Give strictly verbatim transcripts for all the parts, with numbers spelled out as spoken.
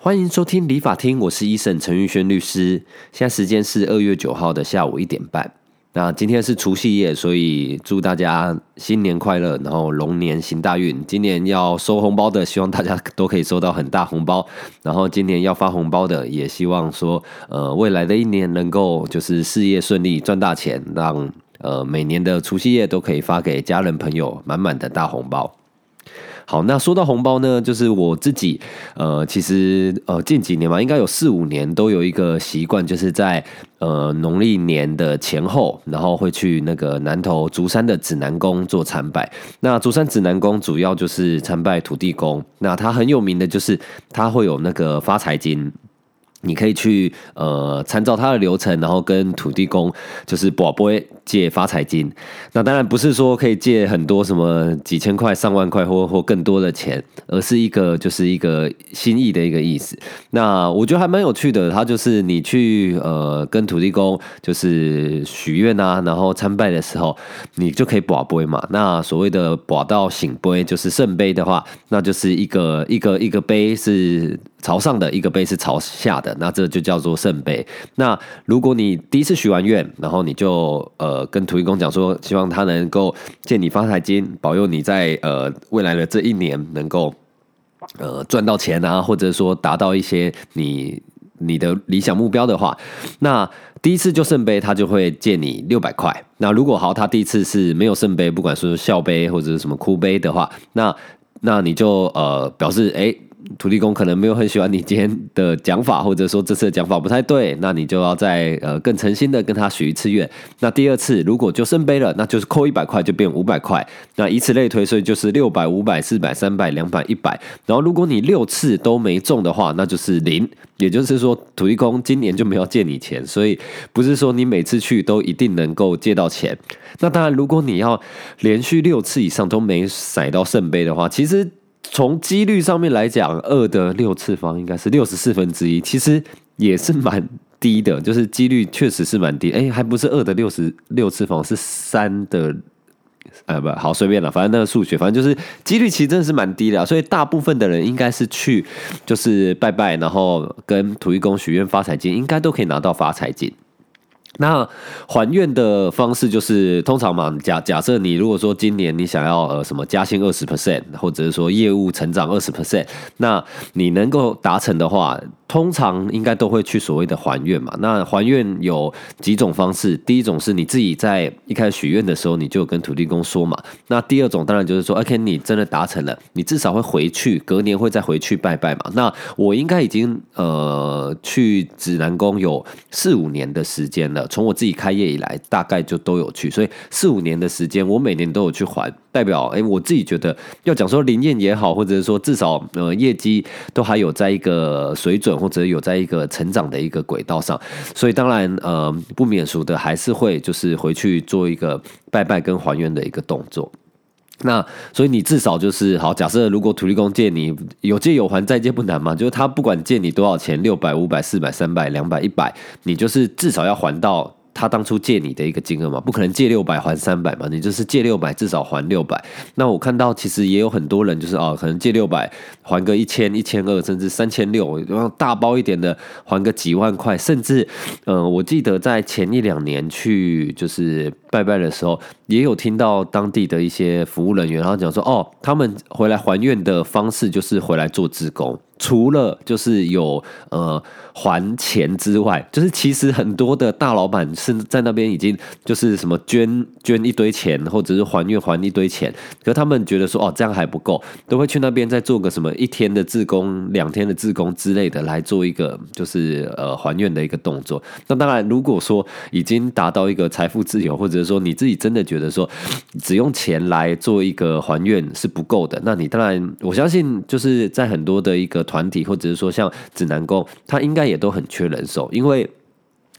欢迎收听理法厅，我是医生陈玉轩律师。现在时间是二月九号的下午一点半。那今天是除夕夜，所以祝大家新年快乐，然后龙年行大运。今年要收红包的，希望大家都可以收到很大红包。然后今年要发红包的，也希望说，呃，未来的一年能够就是事业顺利，赚大钱，让呃每年的除夕夜都可以发给家人朋友满满的大红包。好，那说到红包呢，就是我自己，呃，其实呃近几年嘛，应该有四五年都有一个习惯，就是在呃农历年的前后，然后会去那个南投竹山的指南宫做参拜。那竹山指南宫主要就是参拜土地公，那它很有名的就是它会有那个发财金。你可以去呃参照它的流程，然后跟土地公就是跋杯借发财金。那当然不是说可以借很多什么几千块、上万块或或更多的钱，而是一个就是一个心意的一个意思。那我觉得还蛮有趣的，它就是你去呃跟土地公就是许愿啊，然后参拜的时候，你就可以跋杯嘛。那所谓的跋到醒杯就是圣杯的话，那就是一个一个一个杯是朝上的，一个杯是朝下的。那这就叫做圣杯。那如果你第一次许完愿，然后你就呃跟土地公讲说，希望他能够借你发财金，保佑你在呃未来的这一年能够呃赚到钱啊，或者说达到一些你你的理想目标的话，那第一次就圣杯，他就会借你六百块。那如果好，他第一次是没有圣杯，不管是笑杯或者是什么哭杯的话，那那你就呃表示哎。欸土地公可能没有很喜欢你今天的讲法，或者说这次的讲法不太对，那你就要再呃更诚心的跟他许一次愿。那第二次如果就圣杯了，那就是扣一百块就变五百块，那以此类推，所以就是六百、五百、四百、三百、两百、一百。然后如果你六次都没中的话，那就是零，也就是说土地公今年就没有借你钱，所以不是说你每次去都一定能够借到钱。那当然，如果你要连续六次以上都没甩到圣杯的话，其实从几率上面来讲，二的六次方应该是六十四分之一，其实也是蛮低的，就是几率确实是蛮低。哎，还不是二的六十六次方，是三的，呃，不好，随便了，反正那个数学，反正就是几率其实真的是蛮低的啊，所以大部分的人应该是去就是拜拜，然后跟土地公许愿发财金，应该都可以拿到发财金。那还愿的方式就是通常嘛，假假设你如果说今年你想要呃什么加薪 百分之二十， 或者是说业务成长 百分之二十， 那你能够达成的话，通常应该都会去所谓的还愿嘛。那还愿有几种方式，第一种是你自己在一开始许愿的时候，你就跟土地公说嘛。那第二种当然就是说 ，OK， 你真的达成了，你至少会回去，隔年会再回去拜拜嘛。那我应该已经呃去指南宫有四五年的时间了。从我自己开业以来，大概就都有去，所以四五年的时间，我每年都有去还，代表哎、欸，我自己觉得要讲说灵验也好，或者是说至少呃业绩都还有在一个水准，或者有在一个成长的一个轨道上，所以当然呃不免俗的还是会就是回去做一个拜拜跟还愿的一个动作。那所以你至少就是好，假设如果土地公借你有借有还，再借不难嘛，就是他不管借你多少钱，六百、五百、四百、三百、两百、一百，你就是至少要还到他当初借你的一个金额嘛，不可能借六百还三百嘛，你就是借六百至少还六百。那我看到其实也有很多人就是哦，可能借六百还个一千、一千二，甚至三千六，然后大包一点的还个几万块，甚至呃，我记得在前一两年去就是拜拜的时候，也有听到当地的一些服务人员，然后讲说哦，他们回来还愿的方式就是回来做志工。除了就是有呃还钱之外，就是其实很多的大老板是在那边已经就是什么捐捐一堆钱，或者是还愿还一堆钱，可是他们觉得说哦这样还不够，都会去那边再做个什么一天的志工、两天的志工之类的来做一个就是呃还愿的一个动作。那当然，如果说已经达到一个财富自由，或者是说你自己真的觉得说只用钱来做一个还愿是不够的，那你当然我相信就是在很多的一个团体，或者是说像指南宫，他应该也都很缺人手，因为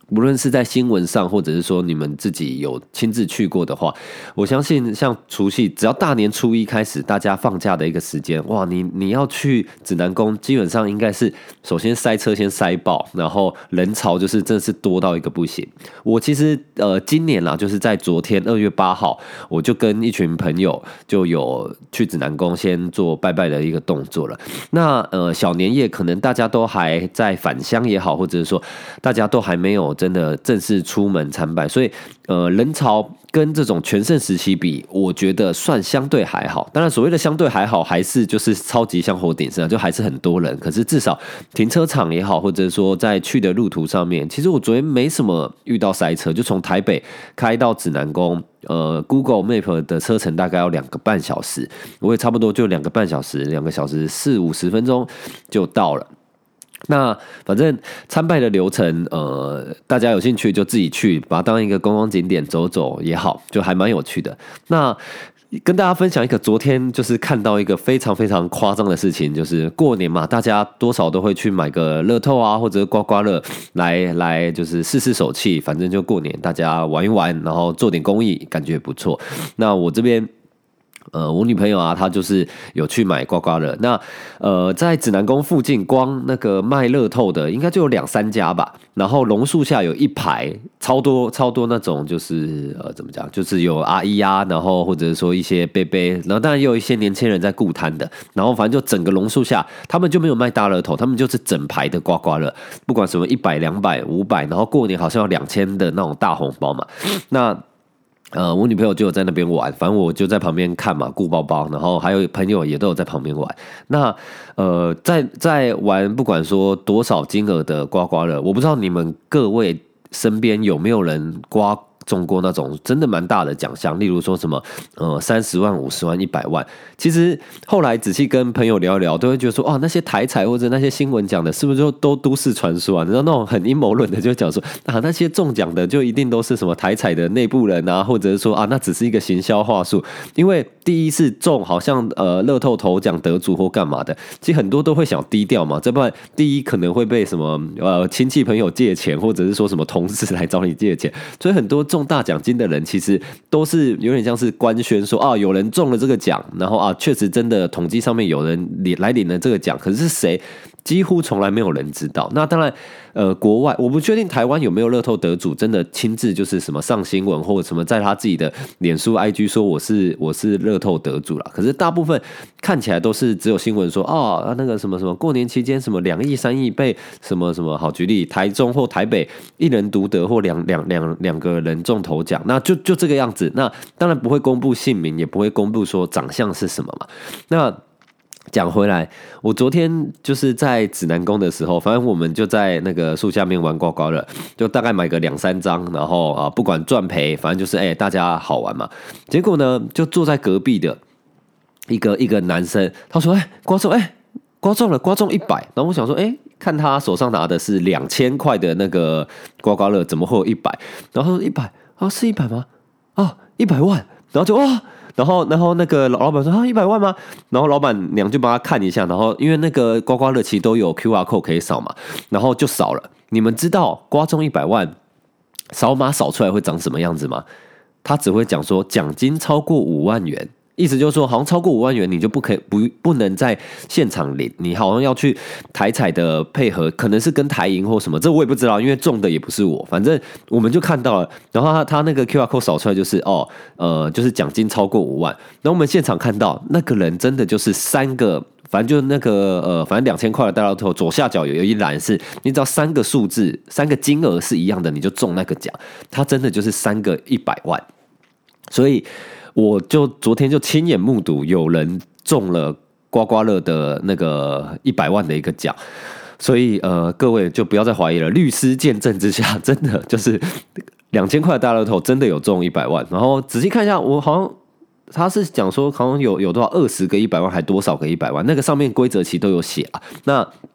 无论是在新闻上，或者是说你们自己有亲自去过的话，我相信像除夕，只要大年初一开始，大家放假的一个时间，哇，你你要去指南宫，基本上应该是首先塞车先塞爆，然后人潮就是真的是多到一个不行。我其实呃今年啦，就是在昨天二月八号，我就跟一群朋友就有去指南宫先做拜拜的一个动作了。那呃小年夜可能大家都还在返乡也好，或者是说大家都还没有真的正式出门参拜，所以呃人潮跟这种全盛时期比，我觉得算相对还好。当然所谓的相对还好，还是就是超级香火鼎盛，就还是很多人。可是至少停车场也好，或者说在去的路途上面，其实我昨天没什么遇到塞车，就从台北开到指南宫，呃 Google Map 的车程大概要两个半小时，我也差不多就两个半小时，两个小时四五十分钟就到了。那反正参拜的流程，呃，大家有兴趣就自己去，把它当一个观光景点走走也好，就还蛮有趣的。那跟大家分享一个昨天就是看到一个非常非常夸张的事情，就是过年嘛，大家多少都会去买个乐透啊，或者刮刮乐来来就是试试手气，反正就过年大家玩一玩，然后做点公益，感觉不错。那我这边。呃，我女朋友啊，她就是有去买刮刮乐。那呃，在指南宫附近，光那个卖乐透的，应该就有两三家吧。然后榕树下有一排超多超多那种，就是呃，怎么讲，就是有阿姨啊，然后或者说一些伯伯，然后当然也有一些年轻人在顾摊的。然后反正就整个榕树下，他们就没有卖大乐透，他们就是整排的刮刮乐，不管什么一百、两百、五百，然后过年好像有两千的那种大红包嘛。那呃，我女朋友就有在那边玩，反正我就在旁边看嘛，顾包包，然后还有朋友也都有在旁边玩。那呃，在在玩，不管说多少金额的刮刮乐，我不知道你们各位身边有没有人刮中过那种真的蛮大的奖项，例如说什么呃三十万、五十万、一百万。其实后来仔细跟朋友聊一聊，都会觉得说，哦，那些台彩或者那些新闻讲的，是不是就都都市传说啊？你知道那种很阴谋论的，就讲说啊，那些中奖的就一定都是什么台彩的内部人啊，或者是说啊，那只是一个行销话术。因为第一次中好像呃乐透头奖得主或干嘛的，其实很多都会想低调嘛，这不然第一可能会被什么呃亲戚朋友借钱，或者是说什么同事来找你借钱，所以很多中大奖金的人其实都是有点像是官宣说啊，有人中了这个奖，然后啊，确实真的统计上面有人来领了这个奖，可是是谁？几乎从来没有人知道。那当然，呃，国外我不确定台湾有没有乐透得主真的亲自就是什么上新闻或者什么在他自己的脸书 I G 说我是我是乐透得主啦。可是大部分看起来都是只有新闻说哦，那个什么什么过年期间什么两亿三亿被什么什么，好举例台中或台北一人独得或两两两两个人中头奖，那就就这个样子。那当然不会公布姓名，也不会公布说长相是什么嘛。那讲回来，我昨天就是在指南宫的时候，反正我们就在那个树下面玩刮刮乐，就大概买个两三张，然后啊不管赚赔，反正就是哎、欸、大家好玩嘛。结果呢，就坐在隔壁的一个一个男生，他说：“哎、欸，刮中，哎、欸，刮中了，刮中一百。”然后我想说：“哎、欸，看他手上拿的是两千块的那个刮刮乐，怎么会有一百？”然后他说：“一百啊，是一百吗？啊，一百万。”然后就哇。然后，然后那个老板说啊，一百万吗？然后老板娘就帮他看一下，然后因为那个刮刮乐其实都有 Q R code 可以扫嘛，然后就扫了。你们知道刮中一百万，扫码扫出来会长什么样子吗？他只会讲说奖金超过五万元。意思就是说，好像超过五万元，你就不可以不不能在现场领，你好像要去台彩的配合，可能是跟台银或什么，这我也不知道，因为中的也不是我，反正我们就看到了。然后他他那个 Q R code 扫出来就是哦，呃，就是奖金超过五万。然后我们现场看到那个人真的就是三个，反正就是那个呃，反正两千块的大乐透左下角有一栏是，你只要三个数字、三个金额是一样的，你就中那个奖。他真的就是三个一百万，所以。我就昨天就亲眼目睹有人中了刮刮乐的那个一百万的一个奖，所以呃各位就不要再怀疑了，律师见证之下，真的就是两千块的大乐透真的有中一百万，然后仔细看一下，我好像他是讲说好像有有多少二十个一百万，还多少个一百万，那个上面规则其实都有写啊，那。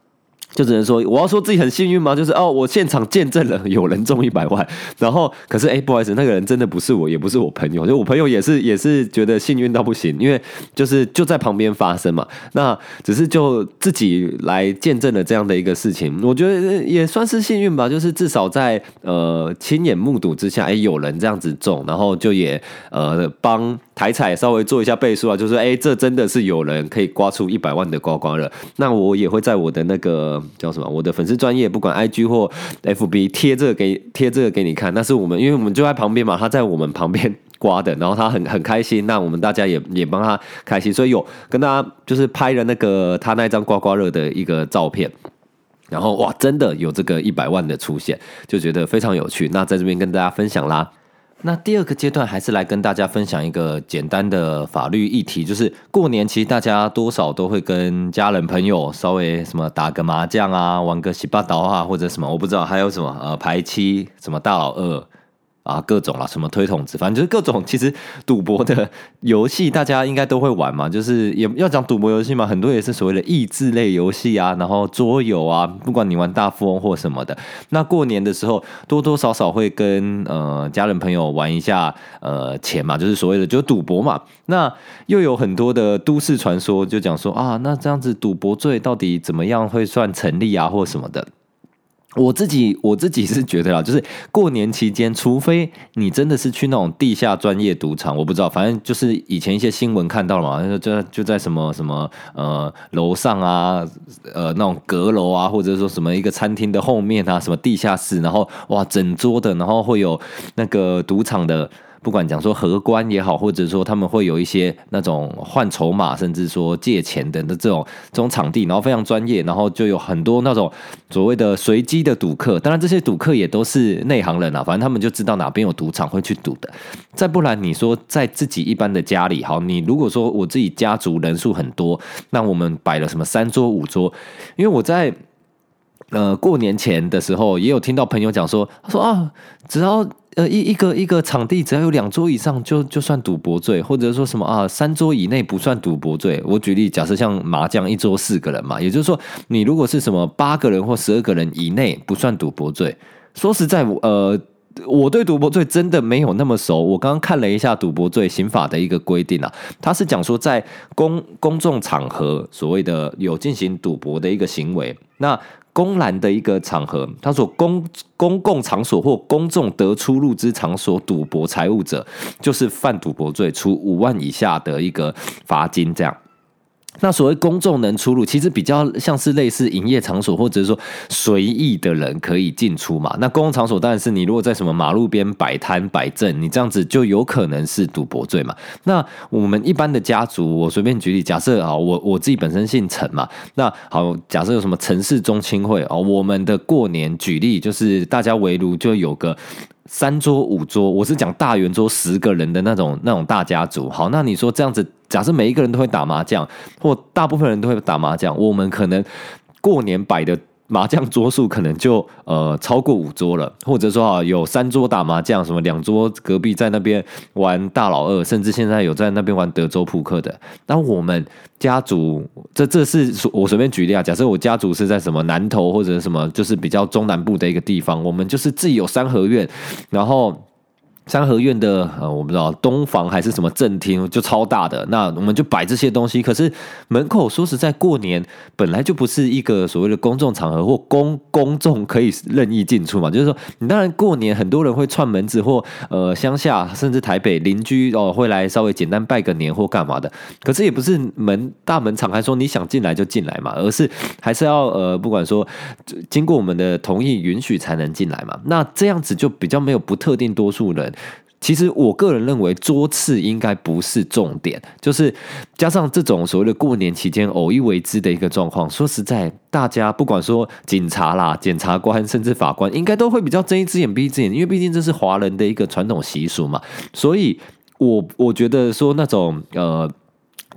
就只能说，我要说自己很幸运吗？就是哦，我现场见证了有人中一百万，然后可是哎、欸，不好意思，那个人真的不是我，也不是我朋友，就我朋友也是也是觉得幸运到不行，因为就是就在旁边发生嘛，那只是就自己来见证了这样的一个事情，我觉得也算是幸运吧，就是至少在呃亲眼目睹之下，哎、欸，有人这样子中，然后就也呃帮台彩稍微做一下倍数啊，就是哎、欸，这真的是有人可以刮出一百万的刮刮乐，那我也会在我的那个。叫什么？我的粉丝专页，不管 I G 或 F B 贴这个给贴这个给你看，那是我们，因为我们就在旁边嘛，他在我们旁边刮的，然后他很很开心，那我们大家也也帮他开心，所以有跟大家就是拍了那个他那张刮刮乐的一个照片。然后哇，真的有这个一百万的出现，就觉得非常有趣。那在这边跟大家分享啦。那第二个阶段还是来跟大家分享一个简单的法律议题，就是过年其实大家多少都会跟家人朋友稍微什么打个麻将啊，玩个洗八刀啊，或者什么我不知道还有什么呃排七什么大老二。啊，各种啦，什么推筒子，反正就是各种。其实赌博的游戏，大家应该都会玩嘛。就是也要讲赌博游戏嘛，很多也是所谓的益智类游戏啊，然后桌游啊，不管你玩大富翁或什么的。那过年的时候，多多少少会跟呃家人朋友玩一下呃钱嘛，就是所谓的就赌博嘛。那又有很多的都市传说，就讲说啊，那这样子赌博罪到底怎么样会算成立啊，或什么的。我自己我自己是觉得啦，就是过年期间，除非你真的是去那种地下专业赌场，我不知道，反正就是以前一些新闻看到了嘛，就就在什么什么呃楼上啊，呃那种阁楼啊，或者说什么一个餐厅的后面啊，什么地下室，然后哇整桌的，然后会有那个赌场的。不管讲说荷官也好，或者说他们会有一些那种换筹码，甚至说借钱的这种这种场地，然后非常专业，然后就有很多那种所谓的随机的赌客。当然，这些赌客也都是内行人啊，反正他们就知道哪边有赌场会去赌的。再不然，你说在自己一般的家里，好，你如果说我自己家族人数很多，那我们摆了什么三桌五桌，因为我在。呃，过年前的时候，也有听到朋友讲说，他说啊，只要呃一一个一个场地只要有两桌以上就就算赌博罪，或者说什么啊三桌以内不算赌博罪。我举例，假设像麻将一桌四个人嘛，也就是说，你如果是什么八个人或十二个人以内不算赌博罪。说实在，呃。我对赌博罪真的没有那么熟，我刚刚看了一下赌博罪刑法的一个规定啊，它是讲说在公公众场合所谓的有进行赌博的一个行为，那公然的一个场合，他说公公共场所或公众得出入之场所赌博财物者，就是犯赌博罪，处五万以下的一个罚金这样。那所谓公众能出入，其实比较像是类似营业场所，或者说随意的人可以进出嘛。那公共场所当然是你如果在什么马路边摆摊摆阵，你这样子就有可能是赌博罪嘛。那我们一般的家族，我随便举例，假设啊，我我自己本身姓陈嘛，那好，假设有什么陈氏宗亲会哦，我们的过年举例就是大家围炉就有个。三桌五桌，我是讲大圆桌十个人的那种那种大家族。好，那你说这样子，假设每一个人都会打麻将，或大部分人都会打麻将，我们可能过年摆的麻将桌数可能就呃超过五桌了，或者说啊有三桌打麻将，什么两桌隔壁在那边玩大老二，甚至现在有在那边玩德州扑克的。那我们家族，这这是我随便举例啊，假设我家族是在什么南投或者什么，就是比较中南部的一个地方，我们就是自己有三合院，然后。三合院的呃，我不知道东房还是什么正厅，就超大的。那我们就摆这些东西。可是门口说实在，过年本来就不是一个所谓的公众场合或公公众可以任意进出嘛。就是说，你当然过年很多人会串门子或呃乡下甚至台北邻居哦会来稍微简单拜个年或干嘛的。可是也不是门大门敞开说你想进来就进来嘛，而是还是要呃不管说经过我们的同意允许才能进来嘛。那这样子就比较没有不特定多数人。其实我个人认为桌次应该不是重点，就是加上这种所谓的过年期间偶一为之的一个状况。说实在，大家不管说警察啦、检察官甚至法官，应该都会比较睁一只眼闭一只眼，因为毕竟这是华人的一个传统习俗嘛。所以我我觉得说那种呃。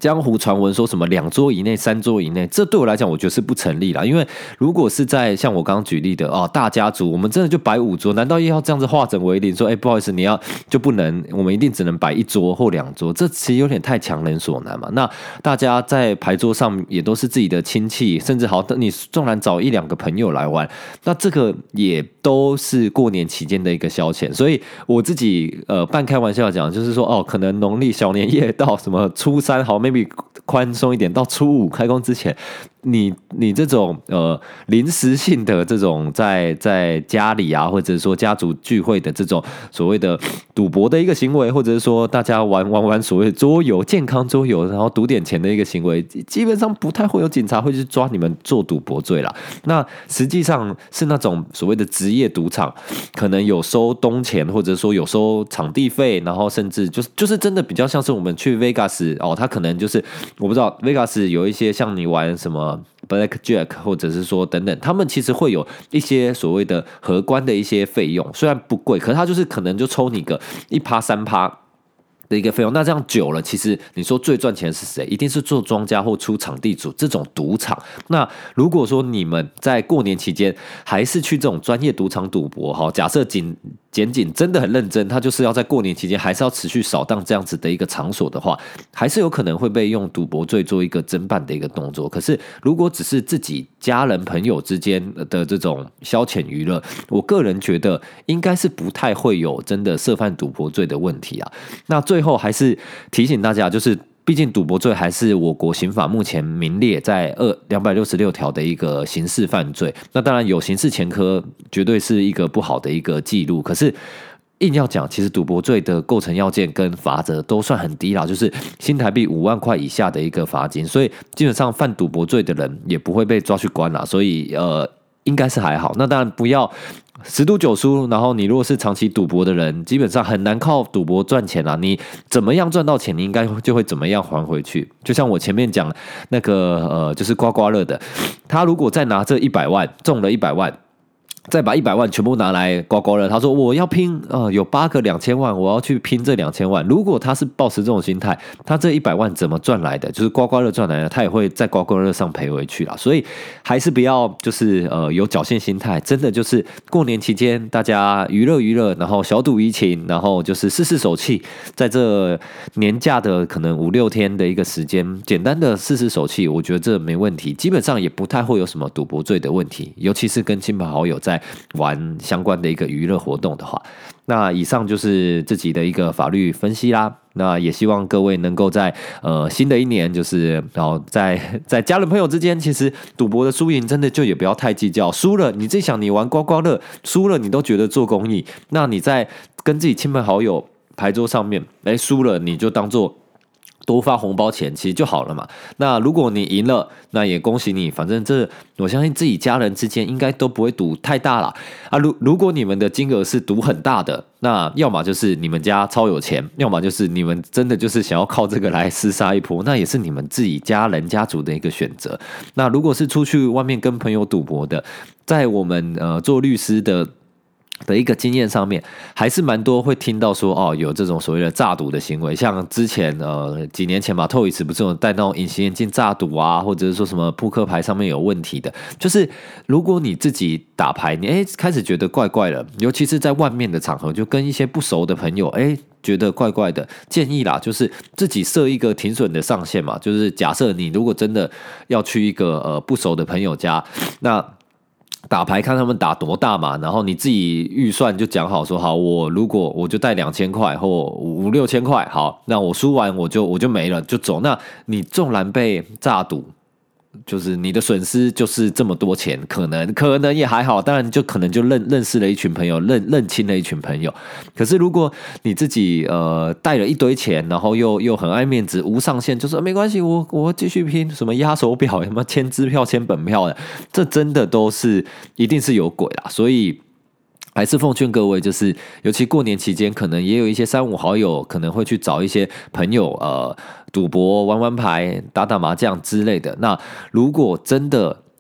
江湖传闻说什么两桌以内、三桌以内，这对我来讲，我觉得是不成立啦。因为如果是在像我刚刚举例的哦，大家族，我们真的就摆五桌，难道要这样子化整为零？说，哎，不好意思，你要就不能，我们一定只能摆一桌或两桌，这其实有点太强人所难嘛。那大家在牌桌上也都是自己的亲戚，甚至好，你纵然找一两个朋友来玩，那这个也都是过年期间的一个消遣。所以我自己呃半开玩笑讲，就是说哦，可能农历小年夜到什么初三，好 maybe 宽松一点，到初五开工之前，你你这种呃临时性的这种在在家里啊，或者说家族聚会的这种所谓的赌博的一个行为，或者是说大家玩玩玩所谓的桌游、健康桌游，然后赌点钱的一个行为，基本上不太会有警察会去抓你们做赌博罪啦。那实际上是那种所谓的职业赌场，可能有收东钱，或者说有收场地费，然后甚至就是就是真的比较像是我们去 Vegas 哦，他可能就是我不知道 Vegas 有一些像你玩什么 Blackjack 或者是说等等，他们其实会有一些所谓的荷官的一些费用，虽然不贵，可是他就是可能就抽你个一趴三趴的一个费用。那这样久了，其实你说最赚钱的是谁？一定是做庄家或出场地主这种赌场。那如果说你们在过年期间还是去这种专业赌场赌博，好，假设仅检警真的很认真，他就是要在过年期间还是要持续扫荡这样子的一个场所的话，还是有可能会被用赌博罪做一个侦办的一个动作。可是如果只是自己家人朋友之间的这种消遣娱乐，我个人觉得应该是不太会有真的涉犯赌博罪的问题啊。那最后还是提醒大家，就是毕竟赌博罪还是我国刑法目前名列在二两百六十六条的一个刑事犯罪。那当然有刑事前科，绝对是一个不好的一个记录。可是硬要讲，其实赌博罪的构成要件跟罚则都算很低啦，就是新台币五万块以下的一个罚金，所以基本上犯赌博罪的人也不会被抓去关啦。所以呃，应该是还好。那当然不要十赌九输，然后你如果是长期赌博的人，基本上很难靠赌博赚钱啦。你怎么样赚到钱，你应该就会怎么样还回去。就像我前面讲那个呃，就是刮刮乐的，他如果再拿这一百万中了一百万，再把一百万全部拿来刮刮乐，他说我要拼，呃，有八个两千万，我要去拼这两千万。如果他是抱持这种心态，他这一百万怎么赚来的？就是刮刮乐赚来的，他也会在刮刮乐上赔回去啦。所以还是不要就是呃有侥幸心态，真的就是过年期间大家娱乐娱乐，然后小赌怡情，然后就是试试手气，在这年假的可能五六天的一个时间，简单的试试手气，我觉得这没问题，基本上也不太会有什么赌博罪的问题，尤其是跟亲朋好友在玩相关的一个娱乐活动的话。那以上就是自己的一个法律分析啦。那也希望各位能够在呃新的一年，就是然后在在家人朋友之间，其实赌博的输赢真的就也不要太计较。输了你自己想，你玩刮刮乐输了，你都觉得做公益。那你在跟自己亲朋好友牌桌上面，哎输了你就当做多发红包钱其实就好了嘛。那如果你赢了，那也恭喜你，反正这我相信自己家人之间应该都不会赌太大啦。啊，如如果你们的金额是赌很大的，那要么就是你们家超有钱，要么就是你们真的就是想要靠这个来厮杀一波，那也是你们自己家人家族的一个选择。那如果是出去外面跟朋友赌博的，在我们呃做律师的的一个经验上面，还是蛮多会听到说哦，有这种所谓的诈赌的行为，像之前呃几年前吧，Toys 不是有戴那种隐形眼镜诈赌啊，或者是说什么扑克牌上面有问题的，就是如果你自己打牌，你哎开始觉得怪怪的，尤其是在外面的场合，就跟一些不熟的朋友哎觉得怪怪的，建议啦，就是自己设一个停损的上限嘛，就是假设你如果真的要去一个呃不熟的朋友家，那打牌看他们打多大嘛，然后你自己预算就讲好说好，我如果我就带两千块或五六千块，好，那我输完我就我就没了就走。那你纵然被诈赌，就是你的损失就是这么多钱，可能可能也还好，当然就可能就认认识了一群朋友，认认清了一群朋友。可是如果你自己呃带了一堆钱，然后又又很爱面子，无上限，就说没关系，我我继续拼，什么压手表，什么签支票、签本票的，这真的都是一定是有鬼啦。所以还是奉劝各位，就是尤其过年期间，可能也有一些三五好友可能会去找一些朋友呃赌博、玩玩牌、打打麻将之类的。那如果真的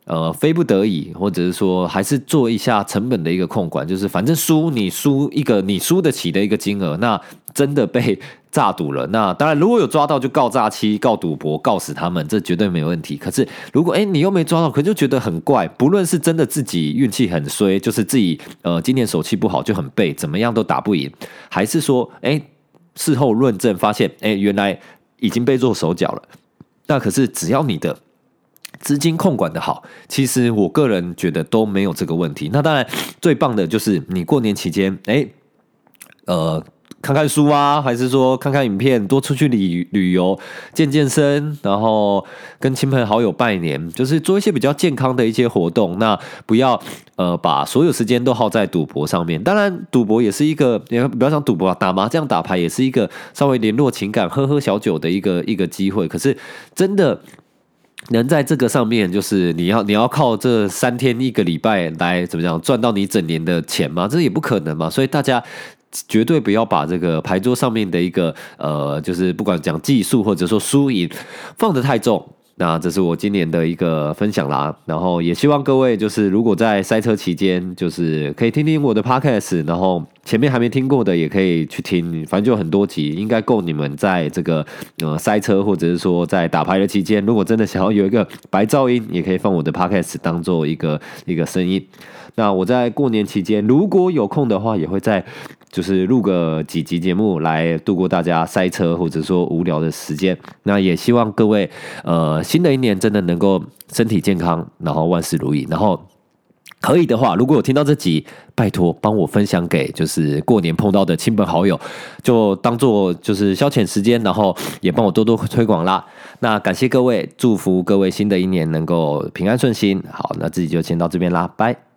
呃，非不得已，或者是说还是做一下成本的一个控管，就是反正输你输一个你输得起的一个金额，那真的被诈赌了，那当然如果有抓到就告诈欺、告赌博、告死他们，这绝对没问题。可是如果哎你又没抓到，可就觉得很怪，不论是真的自己运气很衰，就是自己呃今年手气不好就很背，怎么样都打不赢，还是说哎事后论证发现哎原来已经被做手脚了，那可是只要你的资金控管的好，其实我个人觉得都没有这个问题。那当然最棒的就是你过年期间，哎，呃，看看书啊，还是说看看影片，多出去旅旅游、健健身，然后跟亲朋好友拜年，就是做一些比较健康的一些活动。那不要呃把所有时间都耗在赌博上面。当然，赌博也是一个，不要讲赌博啊，打麻将、打牌也是一个稍微联络情感、喝喝小酒的一个一个机会。可是真的。能在这个上面，就是你要你要靠这三天一个礼拜来怎么讲赚到你整年的钱吗？这也不可能嘛。所以大家绝对不要把这个牌桌上面的一个呃，就是不管讲技术或者说输赢放得太重。那这是我今年的一个分享啦，然后也希望各位就是如果在塞车期间，就是可以听听我的 podcast， 然后前面还没听过的也可以去听，反正就有很多集，应该够你们在这个呃塞车或者是说在打牌的期间，如果真的想要有一个白噪音，也可以放我的 podcast 当做一个一个声音。那我在过年期间如果有空的话，也会在就是录个几集节目来度过大家塞车或者说无聊的时间。那也希望各位呃新的一年真的能够身体健康，然后万事如意。然后可以的话，如果有听到这集，拜托帮我分享给就是过年碰到的亲朋好友，就当做就是消遣时间，然后也帮我多多推广啦。那感谢各位，祝福各位新的一年能够平安顺心。好，那自己就先到这边啦，拜。